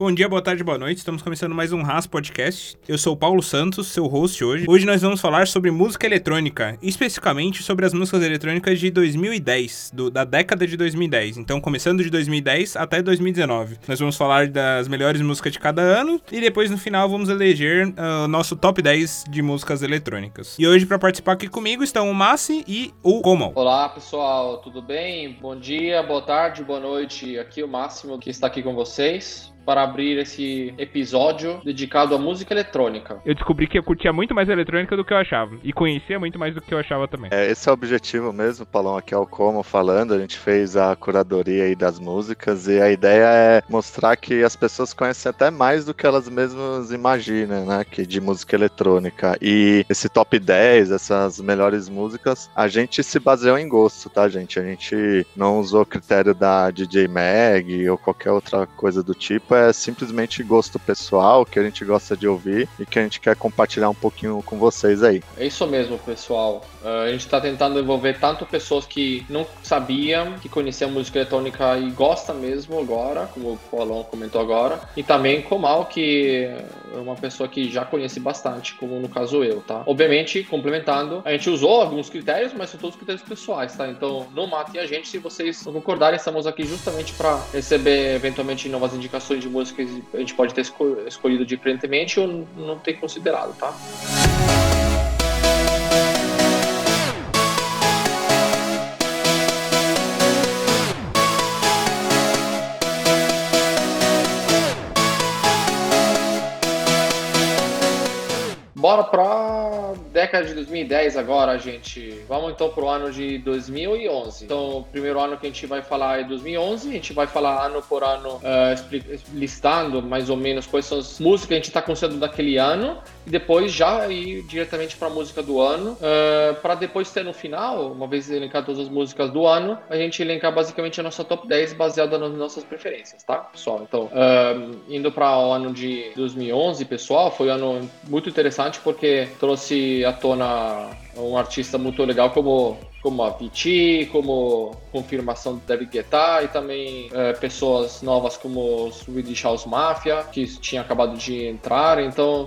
Bom dia, boa tarde, boa noite. Estamos começando mais um Haas Podcast. Eu sou o Paulo Santos, seu host hoje. Hoje nós vamos falar sobre música eletrônica, especificamente sobre as músicas eletrônicas de 2010, da década de 2010. Então, começando de 2010 até 2019. Nós vamos falar das melhores músicas de cada ano e depois, no final, vamos eleger o nosso top 10 de músicas eletrônicas. E hoje, para participar aqui comigo, estão o Massi e o Comal. Olá, pessoal, tudo bem? Bom dia, boa tarde, boa noite. Aqui é o Máximo, que está aqui com vocês para abrir esse episódio dedicado à música eletrônica. Eu descobri que eu curtia muito mais eletrônica do que eu achava. E conhecia muito mais do que eu achava também. Esse é o objetivo mesmo, Paulão. Aqui é o Como falando. A gente fez a curadoria aí das músicas e a ideia é mostrar que as pessoas conhecem até mais do que elas mesmas imaginam, né? Que de música eletrônica. E esse top 10, essas melhores músicas, a gente se baseou em gosto, tá, gente? A gente não usou o critério da DJ Mag ou qualquer outra coisa do tipo. É simplesmente gosto pessoal, que a gente gosta de ouvir e que a gente quer compartilhar um pouquinho com vocês aí. É isso mesmo, pessoal. A gente está tentando envolver tanto pessoas que não sabiam, que conheciam música eletrônica e gostam mesmo agora, como o Paulão comentou agora, e também Comal, que é uma pessoa que já conhece bastante, como no caso eu, tá? Obviamente, complementando, a gente usou alguns critérios, mas são todos critérios pessoais, tá? Então, não matem a gente se vocês não concordarem. Estamos aqui justamente para receber, eventualmente, novas indicações de músicas que a gente pode ter escolhido diferentemente ou não ter considerado, tá? Bora pra década de 2010 agora, gente. Vamos então pro ano de 2011. Então, o primeiro ano que a gente vai falar é 2011. A gente vai falar ano por ano, listando mais ou menos quais são as músicas que a gente tá considerando daquele ano. E depois já ir diretamente pra música do ano. Para depois ter no final, uma vez elencar todas as músicas do ano, a gente elencar basicamente a nossa top 10 baseada nas nossas preferências, tá, pessoal? Então, indo para o ano de 2011, pessoal, foi um ano muito interessante porque trouxe à tona um artista muito legal como a Avicii, como confirmação do David Guetta e também pessoas novas como os Swedish House Mafia, que tinha acabado de entrar. Então,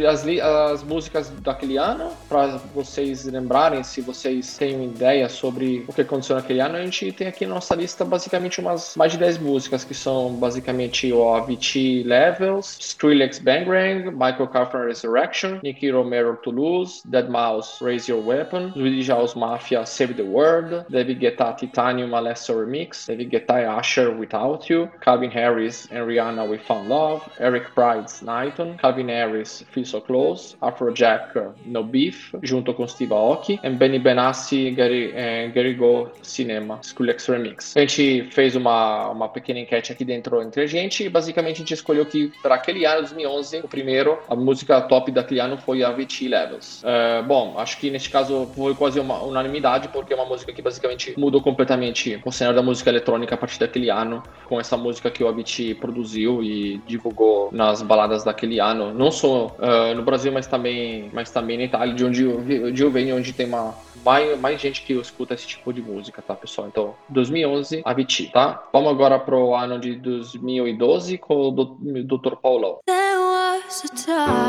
as músicas daquele ano, para vocês lembrarem, se vocês têm uma ideia sobre o que aconteceu naquele ano, a gente tem aqui na nossa lista basicamente mais de 10 músicas, que são basicamente o Avicii Levels, Skrillex Bangarang, Michael Carter Resurrection, Nicky Romero Toulouse, Deadmau5 Raise Your Weapon, Swedish House Mafia Save the World, David Guetta Titanium Alesso Remix, David Guetta e Usher Without You, Calvin Harris and Rihanna We Found Love, Eric Prydz Nighton, Calvin Harris Feel So Close, Afrojack No Beef, junto com Steve Aoki, e Benny Benassi Gary Go Cinema Skrillex Remix. A gente fez uma pequena enquete aqui dentro entre a gente e basicamente a gente escolheu que para aquele ano, 2011, a música top daquele ano foi a Avicii Levels. Bom, acho que neste caso foi quase uma unanimidade, porque é uma música que basicamente mudou completamente o cenário da música eletrônica a partir daquele ano, com essa música que o Avicii produziu e divulgou nas baladas daquele ano, não só no Brasil, mas também na Itália, de onde eu venho, onde tem mais gente que escuta esse tipo de música, tá, pessoal? Então, 2011, Avicii, tá? Vamos agora pro ano de 2012 com o Dr. Paulão. There was a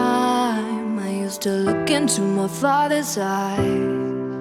time I used to look into my father's eyes.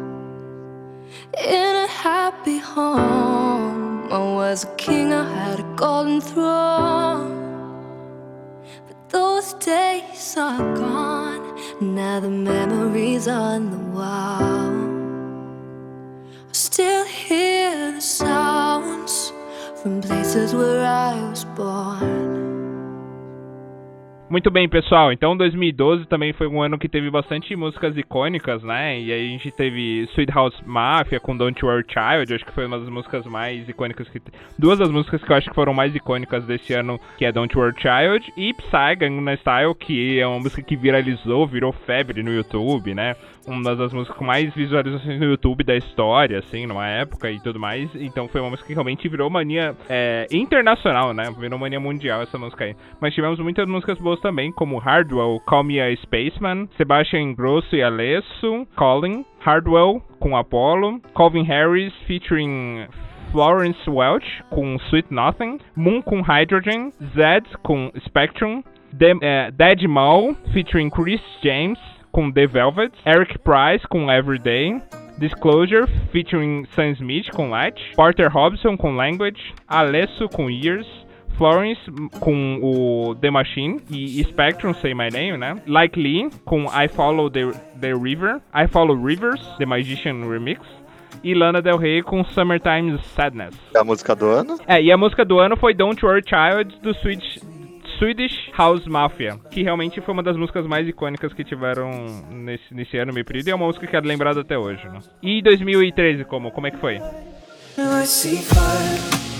In a happy home, I was a king, I had a golden throne. But those days are gone, now the memories on the wall. I still hear the sounds from places where I was born. Muito bem, pessoal, então 2012 também foi um ano que teve bastante músicas icônicas, né, e aí a gente teve Sweet House Mafia com Don't Worry Child, acho que foi uma das músicas mais icônicas, duas das músicas que eu acho que foram mais icônicas desse ano, que é Don't Worry Child, e Psy, Gangnam Style, que é uma música que virou febre no YouTube, né, uma das músicas com mais visualizações no YouTube da história, assim, numa época e tudo mais, então foi uma música que realmente virou mania internacional, né, virou mania mundial essa música aí, mas tivemos muitas músicas boas também, como Hardwell, Call Me a Spaceman, Sebastian Grosso e Alesso, Colin, Hardwell com Apollo, Calvin Harris featuring Florence Welch com Sweet Nothing, Moon com Hydrogen, Zed com Spectrum, Dead Mal featuring Chris James com The Velvet, Eric Price com Everyday, Disclosure featuring Sam Smith com Light, Porter Robson com Language, Alesso com Years, Florence com o The Machine e Spectrum Say My Name, né? Like Lee com I Follow the River, I Follow Rivers, The Magician Remix, e Lana Del Rey com Summertime Sadness. A música do ano? E a música do ano foi Don't Worry Child do Swedish House Mafia, que realmente foi uma das músicas mais icônicas que tiveram nesse ano, meio período, e é uma música que é lembrada até hoje, né? E 2013, como é que foi? I see fire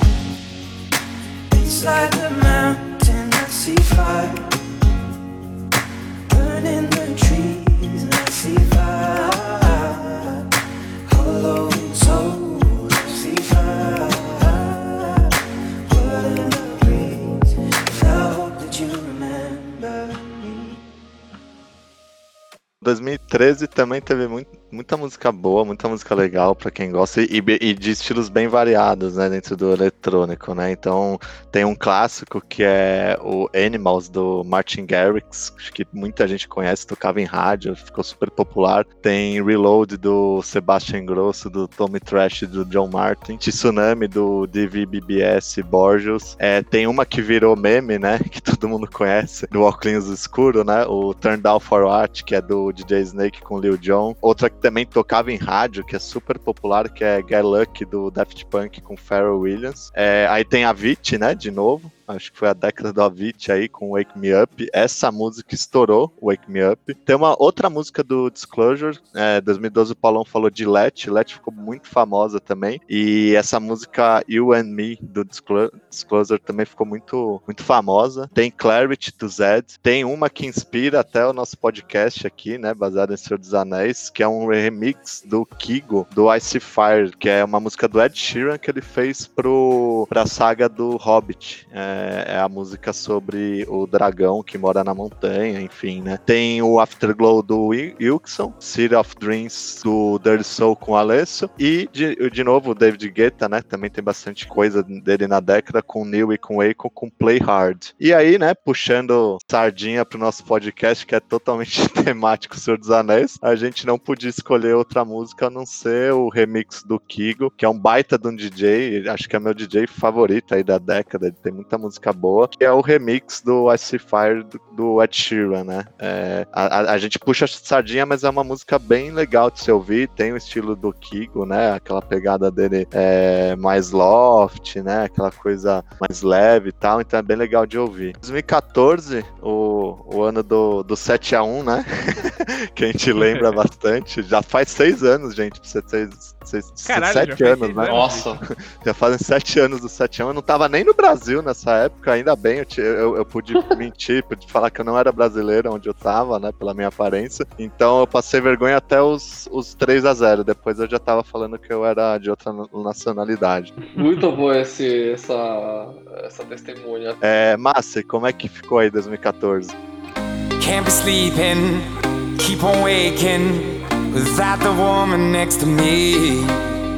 inside the mountain. I see fire burning the trees. I see fire hollow souls. I see fire burning the breeze. I hope that you remember me. 2013 também teve muita música boa, muita música legal pra quem gosta e de estilos bem variados, né, dentro do eletrônico, né? Então tem um clássico que é o Animals do Martin Garrix, acho que muita gente conhece, tocava em rádio, ficou super popular. Tem Reload do Sebastian Grosso, do Tommy Trash do John Martin, Tsunami do DVBBS Borges. Tem uma que virou meme, né, que todo mundo conhece, do óculos escuro, né, o Turn Down for What, que é do DJ Snake com Lil Jon. Outra que também tocava em rádio, que é super popular, que é Get Lucky do Daft Punk com Pharrell Williams. Aí tem Avicii, né, de novo. Acho que foi a década do Avicii aí com Wake Me Up. Essa música estourou, Wake Me Up. Tem uma outra música do Disclosure, 2012 o Paulão falou de Let ficou muito famosa também. E essa música You and Me do Disclosure também ficou muito, muito famosa. Tem Clarity do Zed. Tem uma que inspira até o nosso podcast aqui, né, baseada em Senhor dos Anéis, que é um remix do Kygo, do Ice Fire, que é uma música do Ed Sheeran que ele fez pra saga do Hobbit. É a música sobre o dragão que mora na montanha, enfim, né? Tem o Afterglow do Wilson, City of Dreams do Dirty Soul com Alesso e, de novo, o David Guetta, né? Também tem bastante coisa dele na década com Neil e com Akon com Play Hard. E aí, né, puxando sardinha pro nosso podcast, que é totalmente temático Senhor dos Anéis, a gente não podia escolher outra música a não ser o remix do Kygo, que é um baita de um DJ, acho que é meu DJ favorito aí da década, ele tem muita música boa, que é o remix do Ice Fire do Ed Sheeran, né? A gente puxa a sardinha, mas é uma música bem legal de se ouvir, tem o estilo do Kygo, né? Aquela pegada dele mais loft, né? Aquela coisa mais leve e tal, então é bem legal de ouvir. 2014, o ano do 7-1, né? Que a gente lembra bastante, já faz 6 anos, gente, pra você Caralho, 7 anos, né? Nossa. Já fazem 7 anos do 7-1, eu não tava nem no Brasil nessa época, ainda bem, eu pude mentir, pude falar que eu não era brasileiro onde eu tava, né, pela minha aparência, então eu passei vergonha até os 3-0, depois eu já tava falando que eu era de outra nacionalidade. Muito boa essa testemunha. Márcia, como é que ficou aí 2014? Can't be sleeping, keep on waking without the woman next to me.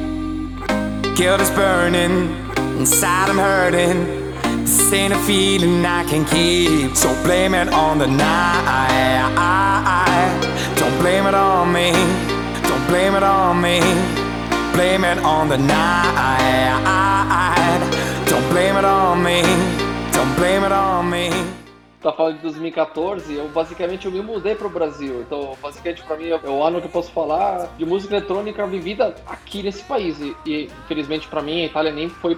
Guilt is burning, inside I'm hurting. This ain't a feeling I can keep. So blame it on the night. Don't blame it on me. Don't blame it on me. Blame it on the night. Don't blame it on me. Don't blame it on me. Tá falando de 2014, eu me mudei pro Brasil, então basicamente pra mim é o ano que eu posso falar de música eletrônica vivida aqui nesse país, e infelizmente pra mim a Itália nem foi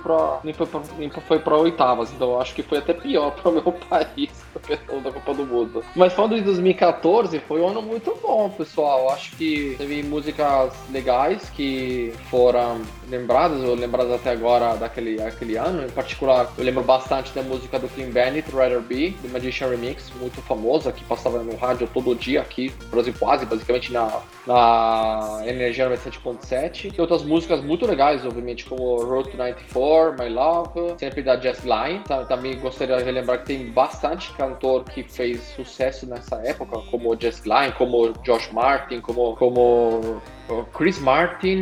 pra oitavas, então eu acho que foi até pior pro meu país a questão da Copa do Mundo. Mas falando de 2014, foi um ano muito bom, pessoal, eu acho que teve músicas legais que foram lembradas até agora daquele ano. Em particular, eu lembro bastante da música do Clean Bandit, Rather Be, do Magician Remix, muito famosa, que passava no rádio todo dia aqui no Brasil, quase, basicamente na Energia 97.7. E outras músicas muito legais, obviamente, como Road to 94, My Love, sempre da Jess Glynne. Também gostaria de relembrar que tem bastante cantor que fez sucesso nessa época, como Jess Glynne, como Josh Martin, como o Chris Martin,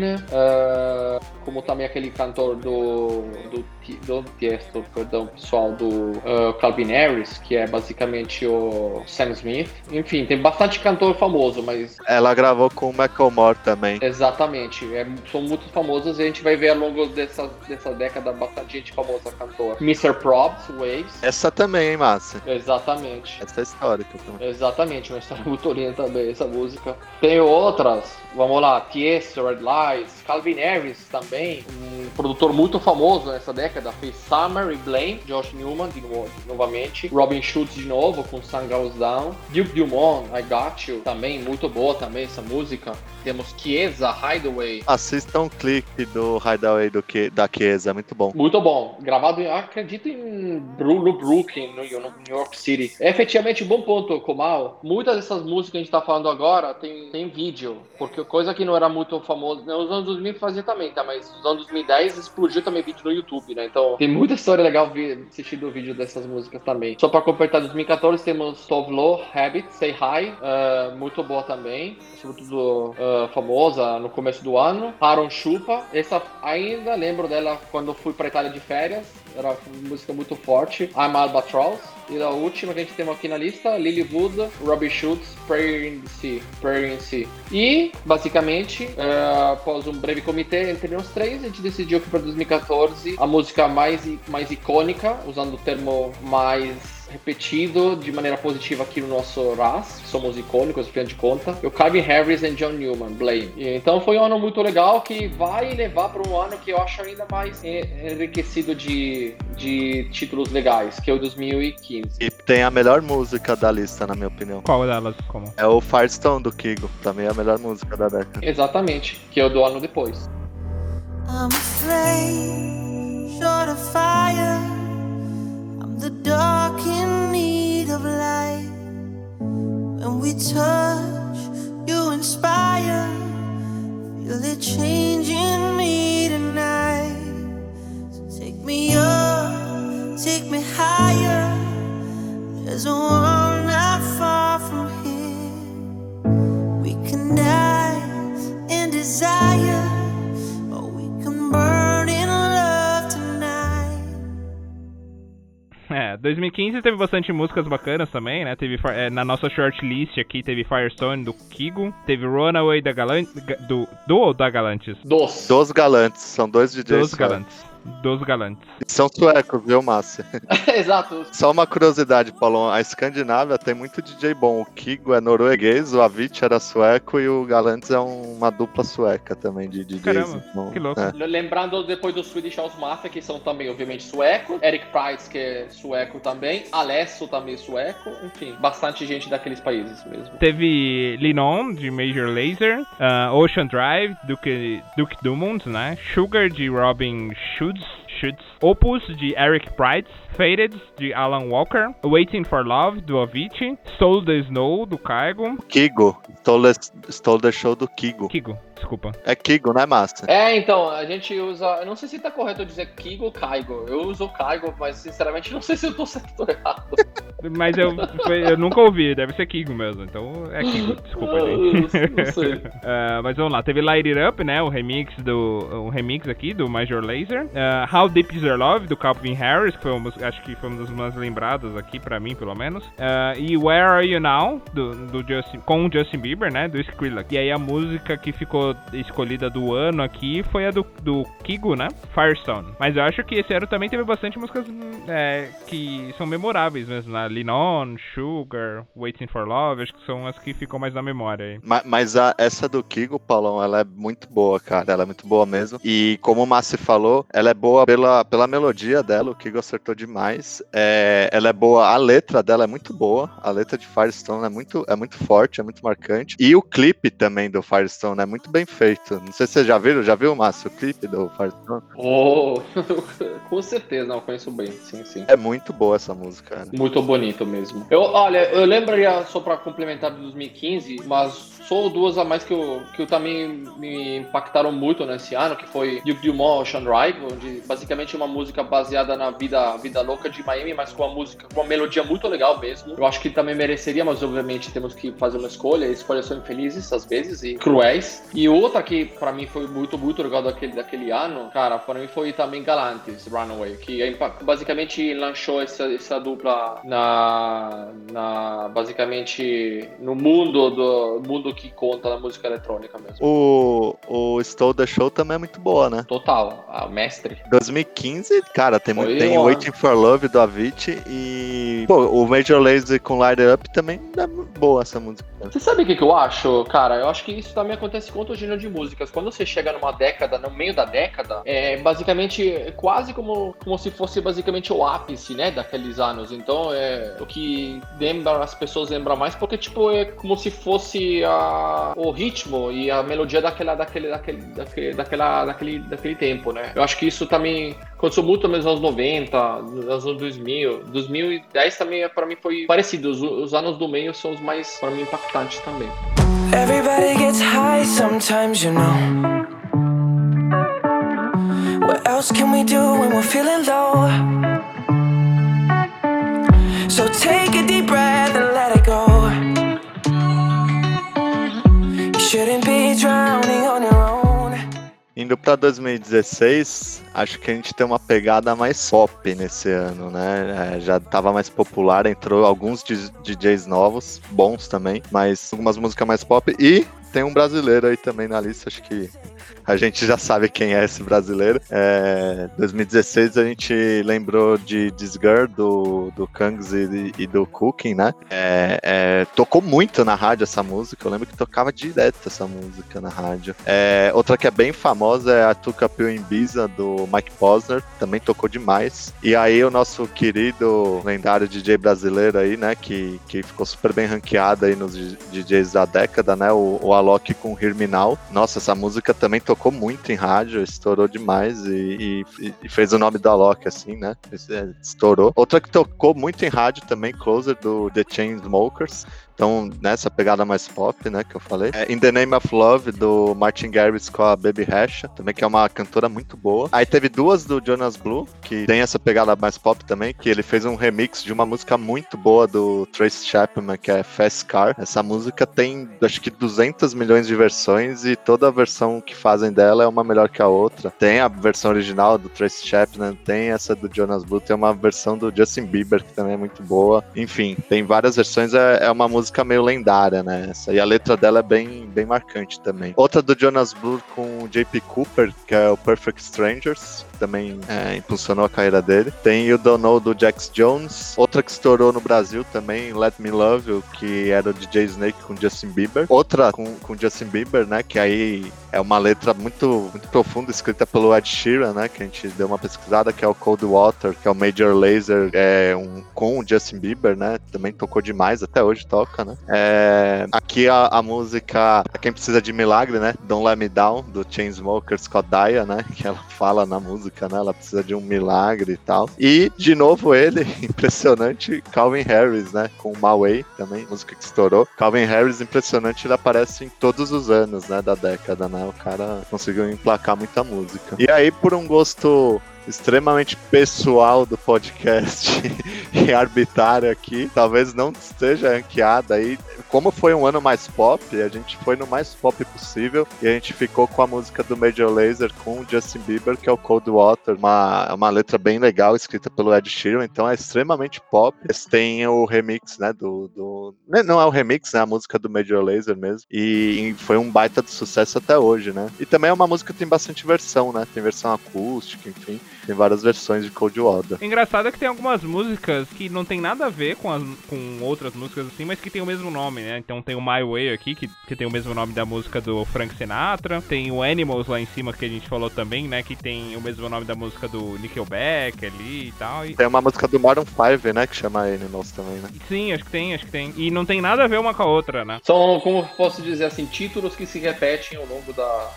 como também aquele cantor do Tiesto, perdão, pessoal, do Calvin Harris, que é basicamente o Sam Smith. Enfim, tem bastante cantor famoso, mas... Ela gravou com o Macklemore também. Exatamente, são muito famosas e a gente vai ver ao longo dessa década bastante gente famosa cantor. Mr. Probs, Waves. Essa também, hein, Márcia? Exatamente. Essa é histórica também. Exatamente, uma história muito linda também, essa música. Tem outras, vamos lá, Tiesto, Red Lights, Calvin Harris também, um produtor muito famoso nessa década, fez Summer e Blame, Josh Newman, novamente, Robin Schulz de novo, com Sun Goes Down, Duke Dumont, I Got You, também, muito boa também essa música. Temos Chiesa, Hideaway. Assistam um clipe do Hideaway da Chiesa, muito bom. Muito bom, gravado, acredito, no Brooklyn, no New York City. É efetivamente um bom ponto, Komal. Muitas dessas músicas que a gente tá falando agora tem vídeo, porque coisa que não era muito famosa, nos anos 2000 fazia também, tá? Mas nos anos 2010 explodiu também vídeo no YouTube, né? Então tem muita história legal assistindo o vídeo dessas músicas também. Só pra completar, em 2014 temos Tovlo, Habit, Say Hi, muito boa também, sobretudo famosa no começo do ano. Aaron Chupa, essa ainda lembro dela quando fui pra Itália de férias, era uma música muito forte. I'm Albatross. E a última que a gente tem aqui na lista, Lily Wood, Robbie Schultz, Prayer in the Sea. E, basicamente, após um breve comitê entre nós três, a gente decidiu que para 2014 a música mais icônica, usando o termo mais repetido de maneira positiva aqui no nosso RAS, somos icônicos, afinal de conta, o Calvin Harris e John Newman, Blame. E, então foi um ano muito legal que vai levar para um ano que eu acho ainda mais enriquecido de títulos legais, que é o 2015. E tem a melhor música da lista, na minha opinião. Qual delas? Como? É o Firestone do Kygo, também é a melhor música da década. Exatamente, que é o do ano depois. I'm a flame, short of fire. I'm the dark in need of light. When we touch, you inspire. Feel it changing me tonight. So take me up, take me higher. There's a world not far from here. We can die in desire, or we can burn in love tonight. 2015 teve bastante músicas bacanas também, né? Teve na nossa shortlist aqui teve Firestone do Kygo, teve Runaway da Galantis, ou da Galantis? Dos Galantes, são dois DJs. Dos Galantes. Dos Galantes. São suecos, viu, Márcia? Exato. Só uma curiosidade, Paulo. A Escandinávia tem muito DJ bom. O Kygo é norueguês, o Avicii era sueco e o Galantis é uma dupla sueca também de DJs. Caramba, então, que louco. Lembrando depois do Swedish House Mafia, que são também, obviamente, suecos. Eric Prydz, que é sueco também. Alesso também sueco. Enfim, bastante gente daqueles países mesmo. Teve Linon, de Major Lazer. Ocean Drive, Duke Dumont, né? Sugar, de Robin Schultz. Opus, de Eric Prydz. Faded, de Alan Walker. Waiting for Love, do Avicii. Stole the Snow, do Kygo. Kygo. Stole the Show do Kygo. Kygo, desculpa. É Kygo, né, Márcia? Então, a gente usa... Eu não sei se tá correto eu dizer Kygo ou Kygo. Eu uso Kygo, mas sinceramente não sei se eu tô certo ou errado. Mas eu nunca ouvi, deve ser Kygo mesmo. Então é Kygo, desculpa, gente. Não sei. Mas vamos lá, teve Light It Up, né? O remix aqui do Major Lazer. How Deep Is Your Love, do Calvin Harris, que acho que foi uma das mais lembradas aqui, pra mim, pelo menos. E Where Are You Now, com o Justin Bieber, né? Do Skrillex. E aí a música que ficou escolhida do ano aqui foi a do Kygo, né? Firestone. Mas eu acho que esse ano também teve bastante músicas que são memoráveis mesmo, né? Linon, Sugar, Waiting for Love, acho que são as que ficam mais na memória aí. Mas essa do Kygo, Paulão, ela é muito boa, cara. Ela é muito boa mesmo. E como o Massi falou, ela é boa pela melodia dela, o Kygo acertou demais. Ela é boa, a letra dela é muito boa. A letra de Firestone é muito forte, é muito marcante. E o clipe também do Firestone é muito bem feito. Não sei se vocês já viu, Márcio, o clipe do Firestone? Com certeza, não, conheço bem, sim. É muito boa essa música, cara. Muito bonito mesmo. Eu lembraria, só pra complementar de 2015, mas só duas a mais que também me impactaram muito nesse ano, que foi Duke Dumont, Ocean Drive, onde basicamente é uma música baseada na vida louca de Miami, mas com uma melodia muito legal mesmo. Eu acho que também mereceria, mas obviamente temos que fazer uma escolha. Escolhas são infelizes às vezes e cruéis. E E outra que pra mim foi muito, muito legal daquele ano, cara, pra mim foi também Galantis, Runaway, que basicamente lançou essa dupla basicamente no mundo que conta da música eletrônica mesmo. O Stole the Show também é muito boa, né? Total, a mestre. 2015, cara, tem Waiting for Love do Avicii e o Major Lazer com Light It Up também é muito boa essa música. Você sabe o que eu acho, cara? Eu acho que isso também acontece com outro gênero de músicas. Quando você chega numa década, no meio da década, é basicamente quase como se fosse basicamente o ápice, né, daqueles anos. Então, o que as pessoas lembram mais, porque tipo é como se fosse o ritmo e a melodia daquele tempo, né? Eu acho que isso também aconteceu muito nos anos 90, nos anos 2000. 2010 também, pra mim, foi parecido. Os anos do meio são os mais, pra mim, impactantes também. Everybody gets high sometimes, you know. What else can we do when we're feeling low? So take a deep breath and let it go. You shouldn't be drowning on your own. Indo pra 2016, acho que a gente tem uma pegada mais pop nesse ano, né? Já tava mais popular, entrou alguns DJs novos, bons também, mas algumas músicas mais pop. E tem um brasileiro aí também na lista, acho que a gente já sabe quem é esse brasileiro. 2016 a gente lembrou de This Girl, do Kangs e do Cooking, né? Tocou muito na rádio essa música, eu lembro que tocava direto essa música na rádio. Outra que é bem famosa é a Took a Pill in Ibiza, do Mike Posner, também tocou demais. E aí o nosso querido lendário DJ brasileiro aí, né, que ficou super bem ranqueado aí nos DJs da década, né, o Alok com Hear Me Now. Nossa, essa música também tocou muito em rádio, estourou demais e fez o nome do Alok, assim, né? Estourou. Outra que tocou muito em rádio também, Closer, do The Chainsmokers. Então, nessa pegada mais pop, né, que eu falei. In the Name of Love, do Martin Garrix com a Baby Rexha, também, que é uma cantora muito boa. Aí teve duas do Jonas Blue, que tem essa pegada mais pop também, que ele fez um remix de uma música muito boa do Tracy Chapman, que é Fast Car. Essa música tem, acho que 200 milhões de versões e toda a versão que fazem dela é uma melhor que a outra. Tem a versão original do Tracy Chapman, tem essa do Jonas Blue, tem uma versão do Justin Bieber, que também é muito boa. Enfim, tem várias versões, é uma música meio lendária, né? E a letra dela é bem marcante também. Outra do Jonas Blue com o JP Cooper, que é o Perfect Strangers, também impulsionou a carreira dele. Tem You Don't Know, do Jax Jones. Outra que estourou no Brasil também, Let Me Love You, que era o DJ Snake com Justin Bieber. Outra com Justin Bieber, né, que aí é uma letra muito, muito profunda, escrita pelo Ed Sheeran, né, que a gente deu uma pesquisada, que é o Cold Water, que é o Major Lazer com o Justin Bieber, né, também tocou demais, até hoje toca, né. Aqui a música Quem Precisa de Milagre, né, Don't Let Me Down, do Chainsmokers com a Daya, né, que ela fala na música, né? Ela precisa de um milagre e tal. E, de novo, ele, impressionante, Calvin Harris, né? Com My Way, também, música que estourou. Calvin Harris, impressionante, ele aparece em todos os anos, né? Da década, né? O cara conseguiu emplacar muita música. E aí, por um gosto extremamente pessoal do podcast e arbitrário aqui, talvez não esteja ranqueada aí. Como foi um ano mais pop, a gente foi no mais pop possível e a gente ficou com a música do Major Lazer com o Justin Bieber, que é o Cold Water, uma letra bem legal, escrita pelo Ed Sheeran, então é extremamente pop. Tem o remix, né, não é o remix, né, a música do Major Lazer mesmo, e foi um baita de sucesso até hoje, né. E também é uma música que tem bastante versão, né, tem versão acústica, enfim. Tem várias versões de Cold Water. Engraçado é que tem algumas músicas que não tem nada a ver com outras músicas assim, mas que tem o mesmo nome, né? Então tem o My Way aqui, que tem o mesmo nome da música do Frank Sinatra. Tem o Animals lá em cima, que a gente falou também, né? Que tem o mesmo nome da música do Nickelback ali e tal. Tem uma música do Maroon 5, né? Que chama Animals também, né? Sim, acho que tem. E não tem nada a ver uma com a outra, né? São, como posso dizer assim, títulos que se repetem ao longo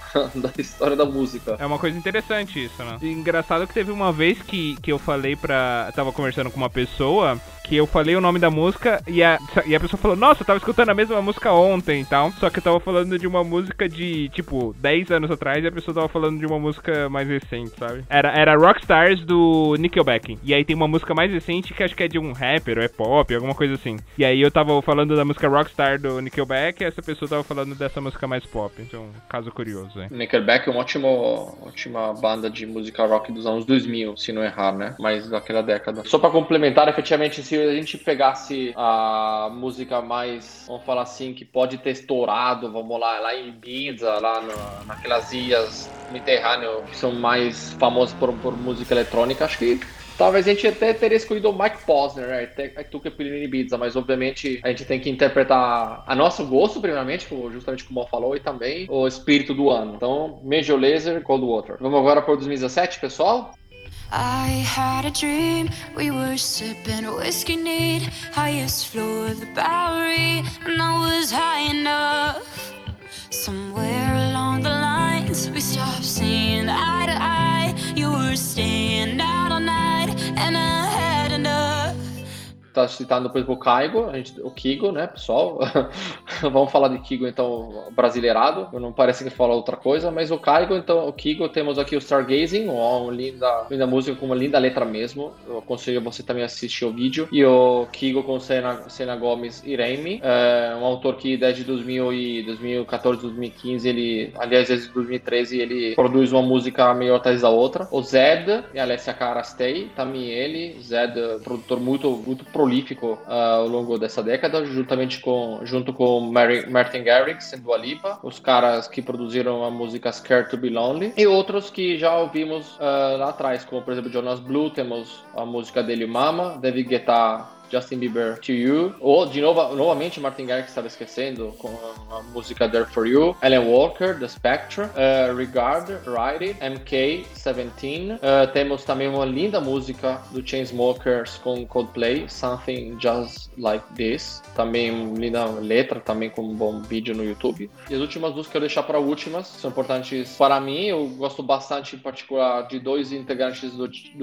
da história da música. É uma coisa interessante isso, né? E engraçado que teve uma vez que eu falei tava conversando com uma pessoa que eu falei o nome da música e a pessoa falou, nossa, eu tava escutando a mesma música ontem e tal, só que eu tava falando de uma música de, tipo, 10 anos atrás e a pessoa tava falando de uma música mais recente, sabe? Era Rockstars do Nickelback, e aí tem uma música mais recente que acho que é de um rapper, ou é pop, alguma coisa assim. E aí eu tava falando da música Rockstar do Nickelback e essa pessoa tava falando dessa música mais pop, então, caso curioso, hein? Nickelback é uma ótima banda de música rock dos anos 2000, se não errar, né? Mas daquela década. Só pra complementar, efetivamente, se a gente pegasse a música mais, vamos falar assim, que pode ter estourado, vamos lá em Ibiza, lá naquelas ilhas mediterrâneas que são mais famosas por música eletrônica, acho que talvez a gente até teria escolhido o Mike Posner, né? Tu que é em Ibiza, mas obviamente a gente tem que interpretar a nosso gosto, primeiramente, justamente como o Mal falou, e também o espírito do ano. Então, Major Lazer, Cold Water. Vamos agora para o 2017, pessoal? I had a dream, we were sipping whiskey neat, highest floor of the Bowery, and I was high enough. Somewhere along the lines, we stopped seeing eye to eye. You were staying out all night, and I had enough. Tá citando, por exemplo, o Kygo, né, pessoal? Vamos falar de Kygo, então, brasileirado. Não parece que fala outra coisa, mas o Kygo, temos aqui o Stargazing, uma linda música com uma linda letra mesmo. Eu aconselho você também assistir o vídeo. E o Kygo com Selena Gomez e Remy, um autor que desde 2014, 2015, aliás, desde 2013, ele produz uma música meio atrás da outra. O Zed e a Alessia Cara Stay, também ele. Zed, produtor muito prolífico ao longo dessa década, junto com Martin Garrix e Dua Lipa, os caras que produziram a música Scared to Be Lonely, e outros que já ouvimos lá atrás, como por exemplo Jonas Blue, temos a música dele Mama, David Guetta, Justin Bieber, To You, ou novamente Martin Garrix, estava esquecendo, com a música There For You, Alan Walker, The Spectre, Regard, Ride It, MK17, temos também uma linda música do Chainsmokers com Coldplay, Something Just Like This, também uma linda letra, também com um bom vídeo no YouTube. E as últimas duas que eu deixar para últimas, são importantes para mim, eu gosto bastante em particular de dois integrantes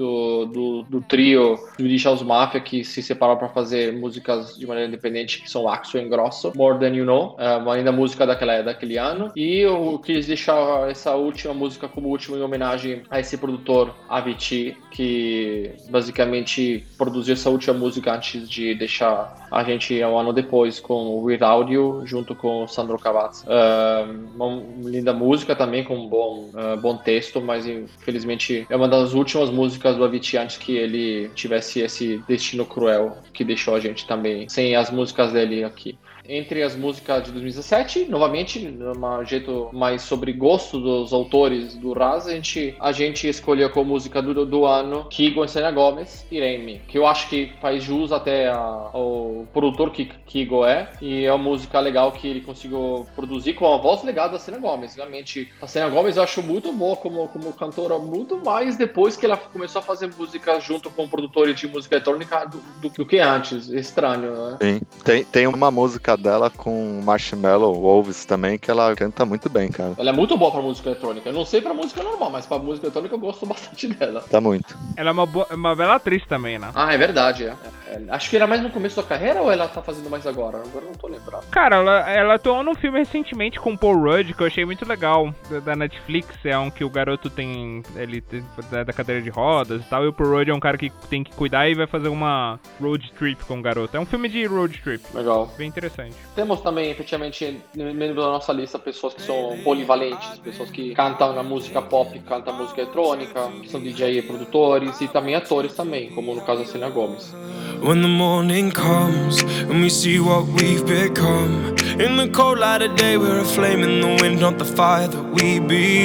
do trio Swedish House Mafia que se separaram para fazer músicas de maneira independente, que são Axel e Grosso, More Than You Know, uma linda música daquele ano. E eu quis deixar essa última música como última em homenagem a esse produtor, Avicii, que basicamente produziu essa última música antes de deixar a gente um ano depois com o Without You, junto com o Sandro Cavazza. Uma linda música também, com um bom texto, mas infelizmente é uma das últimas músicas do Avicii antes que ele tivesse esse destino cruel que deixou a gente também sem as músicas dele aqui. Entre as músicas de 2017, novamente, um jeito mais sobre gosto dos autores do Raz, a gente escolheu como música do ano Kygo e Selena Gomez e Remy, que eu acho que faz jus até ao produtor que Kygo é, e é uma música legal que ele conseguiu produzir com a voz legal da Selena Gomez. Realmente, a Selena Gomez eu acho muito boa como cantora, muito mais depois que ela começou a fazer música junto com produtores de música eletrônica do que antes. Estranho, né? Sim, tem uma música dela com Marshmello Wolves também, que ela canta muito bem, cara. Ela é muito boa pra música eletrônica. Eu não sei pra música normal, mas pra música eletrônica eu gosto bastante dela. Tá muito. Ela é uma bela atriz também, né? Ah, é verdade, acho que era mais no começo da carreira ou ela tá fazendo mais agora? Agora eu não tô lembrado. Cara, ela atuou num filme recentemente com Paul Rudd, que eu achei muito legal, da Netflix. É um que o garoto ele tem da cadeira de rodas e tal, e o Paul Rudd é um cara que tem que cuidar e vai fazer uma road trip com o garoto. É um filme de road trip. Legal. Bem interessante. Temos também, efetivamente, no meio da nossa lista, pessoas que são polivalentes, pessoas que cantam na música pop, cantam música eletrônica, que são DJ e produtores, e também atores também, como no caso da Selena Gomez. When the morning comes and we see what we've become, in the cold light of day we're a flame in the wind, not the fire that we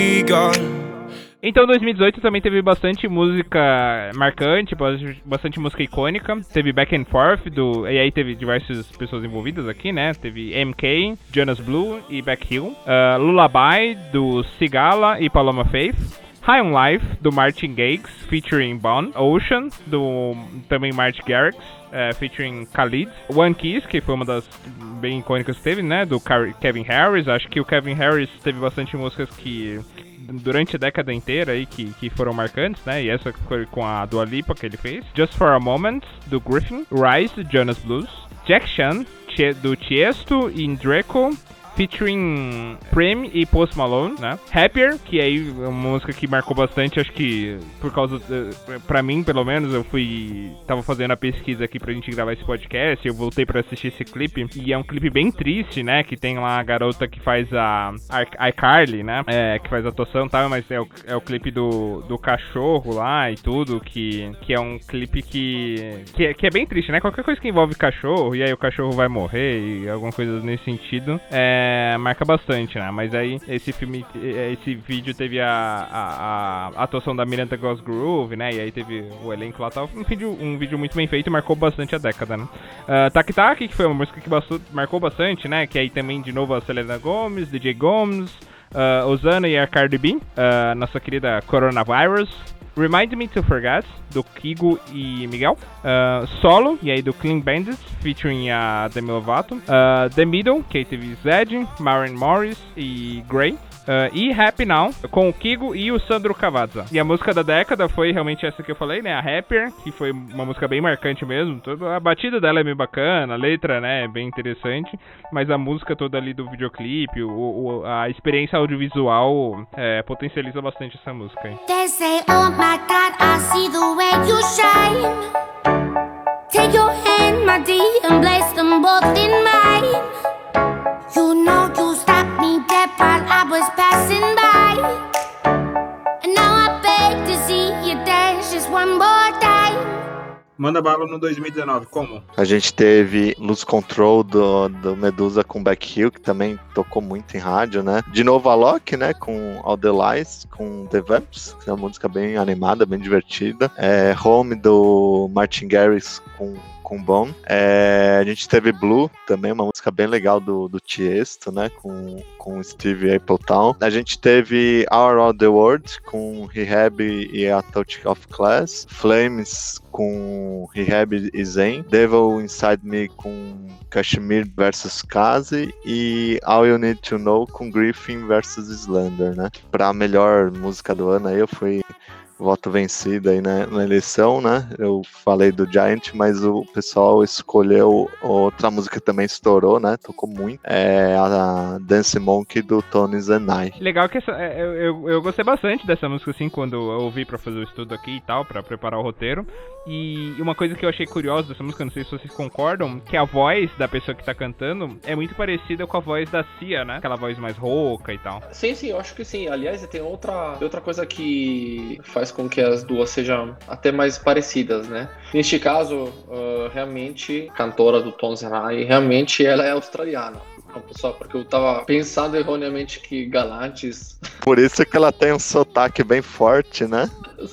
begun. Então 2018 também teve bastante música marcante, bastante música icônica. Teve Back and Forth, e aí teve diversas pessoas envolvidas aqui, né? Teve MK, Jonas Blue e Beck Hill. Lullaby, do Sigala e Paloma Faith. High on Life, do Martin Garrix, featuring Bon. Ocean, do também Martin Garrix, featuring Khalid. One Kiss, que foi uma das bem icônicas que teve, né? Do Kevin Harris. Acho que o Kevin Harris teve bastante músicas que durante a década inteira aí que foram marcantes, né? E essa foi com a Dua Lipa que ele fez. Just for a Moment, do Griffin. Rise, do Jonas Blues. Jack Chan, do Tiesto e Draco, featuring Prim e Post Malone, né? Happier, que aí é uma música que marcou bastante, acho que por causa, pra mim, pelo menos, eu tava fazendo a pesquisa aqui pra gente gravar esse podcast, eu voltei pra assistir esse clipe, e é um clipe bem triste, né? Que tem lá a garota que faz a iCarly, né? Que faz a atuação e tal, mas é o clipe do cachorro lá e tudo, que é um clipe que é bem triste, né? Qualquer coisa que envolve cachorro, e aí o cachorro vai morrer, e alguma coisa nesse sentido, marca bastante, né? Mas aí esse vídeo teve a atuação da Miranda Cosgrove, né? E aí teve o elenco lá e tal. Um vídeo muito bem feito e marcou bastante a década, né? Tac Tac, que foi uma música que marcou bastante, né? Que aí também de novo a Selena Gomez, DJ Gomes, Ozana e a Cardi B, nossa querida Coronavirus. Remind Me to Forget, do Kygo e Miguel. Solo, e aí do Clean Bandits, featuring a Demi Lovato. The Middle, que aí teve Zed, Maren Morris e Grey. E Happy Now, com o Kygo e o Sandro Cavazza. E a música da década foi realmente essa que eu falei, né? A Happier, que foi uma música bem marcante mesmo. A batida dela é bem bacana, a letra, né, é bem interessante. Mas a música toda ali do videoclipe, a experiência audiovisual potencializa bastante essa música aí. They say, oh my God, I see the way you shine. Take your hand, my dear, and place them both in mine. You know you stopped me dead while I was passing by. And now I beg to see you dance just one more time. Manda bala no 2019, como? A gente teve Lose Control do Medusa com Back Hill, que também tocou muito em rádio, né? De novo a Loki, né? Com All the Lies, com The Vamps, que é uma música bem animada, bem divertida. Home do Martin Garrix com Bone. A gente teve Blue, também uma música bem legal do Tiesto, né? Com Steve Appletown. A gente teve Our All the World com Rehab e A Touch of Class. Flames com Rehab e Zayn. Devil Inside Me com Kashmir vs Kazi. E All You Need to Know com Griffin vs Slander, né? Pra melhor música do ano aí eu fui voto vencido aí na eleição, né? Eu falei do Giant, mas o pessoal escolheu outra música que também estourou, né? Tocou muito. A Dance Monkey do Tony Zenai. Legal que eu gostei bastante dessa música, assim, quando eu ouvi pra fazer o estudo aqui e tal, pra preparar o roteiro. E uma coisa que eu achei curiosa dessa música, não sei se vocês concordam, que a voz da pessoa que tá cantando é muito parecida com a voz da Cia, né? Aquela voz mais rouca e tal. Sim, eu acho que sim. Aliás, tem outra coisa que faz com que as duas sejam até mais parecidas, né? Neste caso, realmente, a cantora do Tom Zenai, realmente ela é australiana. Só porque eu tava pensando erroneamente que Galantis... Por isso que ela tem um sotaque bem forte, né?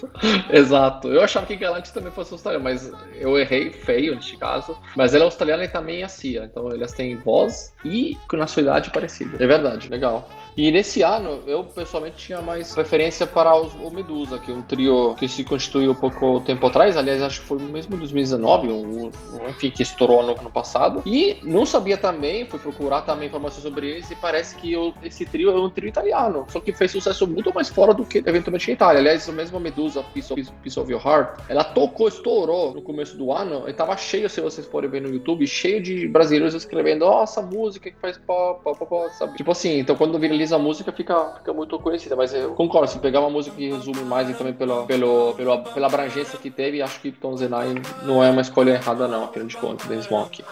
Exato. Eu achava que Galantis também fosse australiana, mas eu errei feio neste caso. Mas ela é australiana e também é Cia. Então elas têm voz e nacionalidade parecida. É verdade, legal. E nesse ano, eu pessoalmente tinha mais preferência para o Medusa, que é um trio que se constituiu pouco tempo atrás. Aliás, acho que foi mesmo em 2019, enfim, que estourou no ano passado. E não sabia também, fui procurar também informações sobre eles, e parece que esse trio é um trio italiano, só que fez sucesso muito mais fora do que eventualmente em Itália. Aliás, o mesmo Medusa, Piece of Your Heart, ela estourou no começo do ano, e tava cheio, se vocês forem ver no YouTube, cheio de brasileiros escrevendo, essa música que faz pó, sabe? Tipo assim, então quando viraliza a música fica muito conhecida, mas eu concordo, se pegar uma música que resume mais e também pela abrangência que teve, acho que Tom Zenai não é uma escolha errada não, afinal de contas, The Smoke.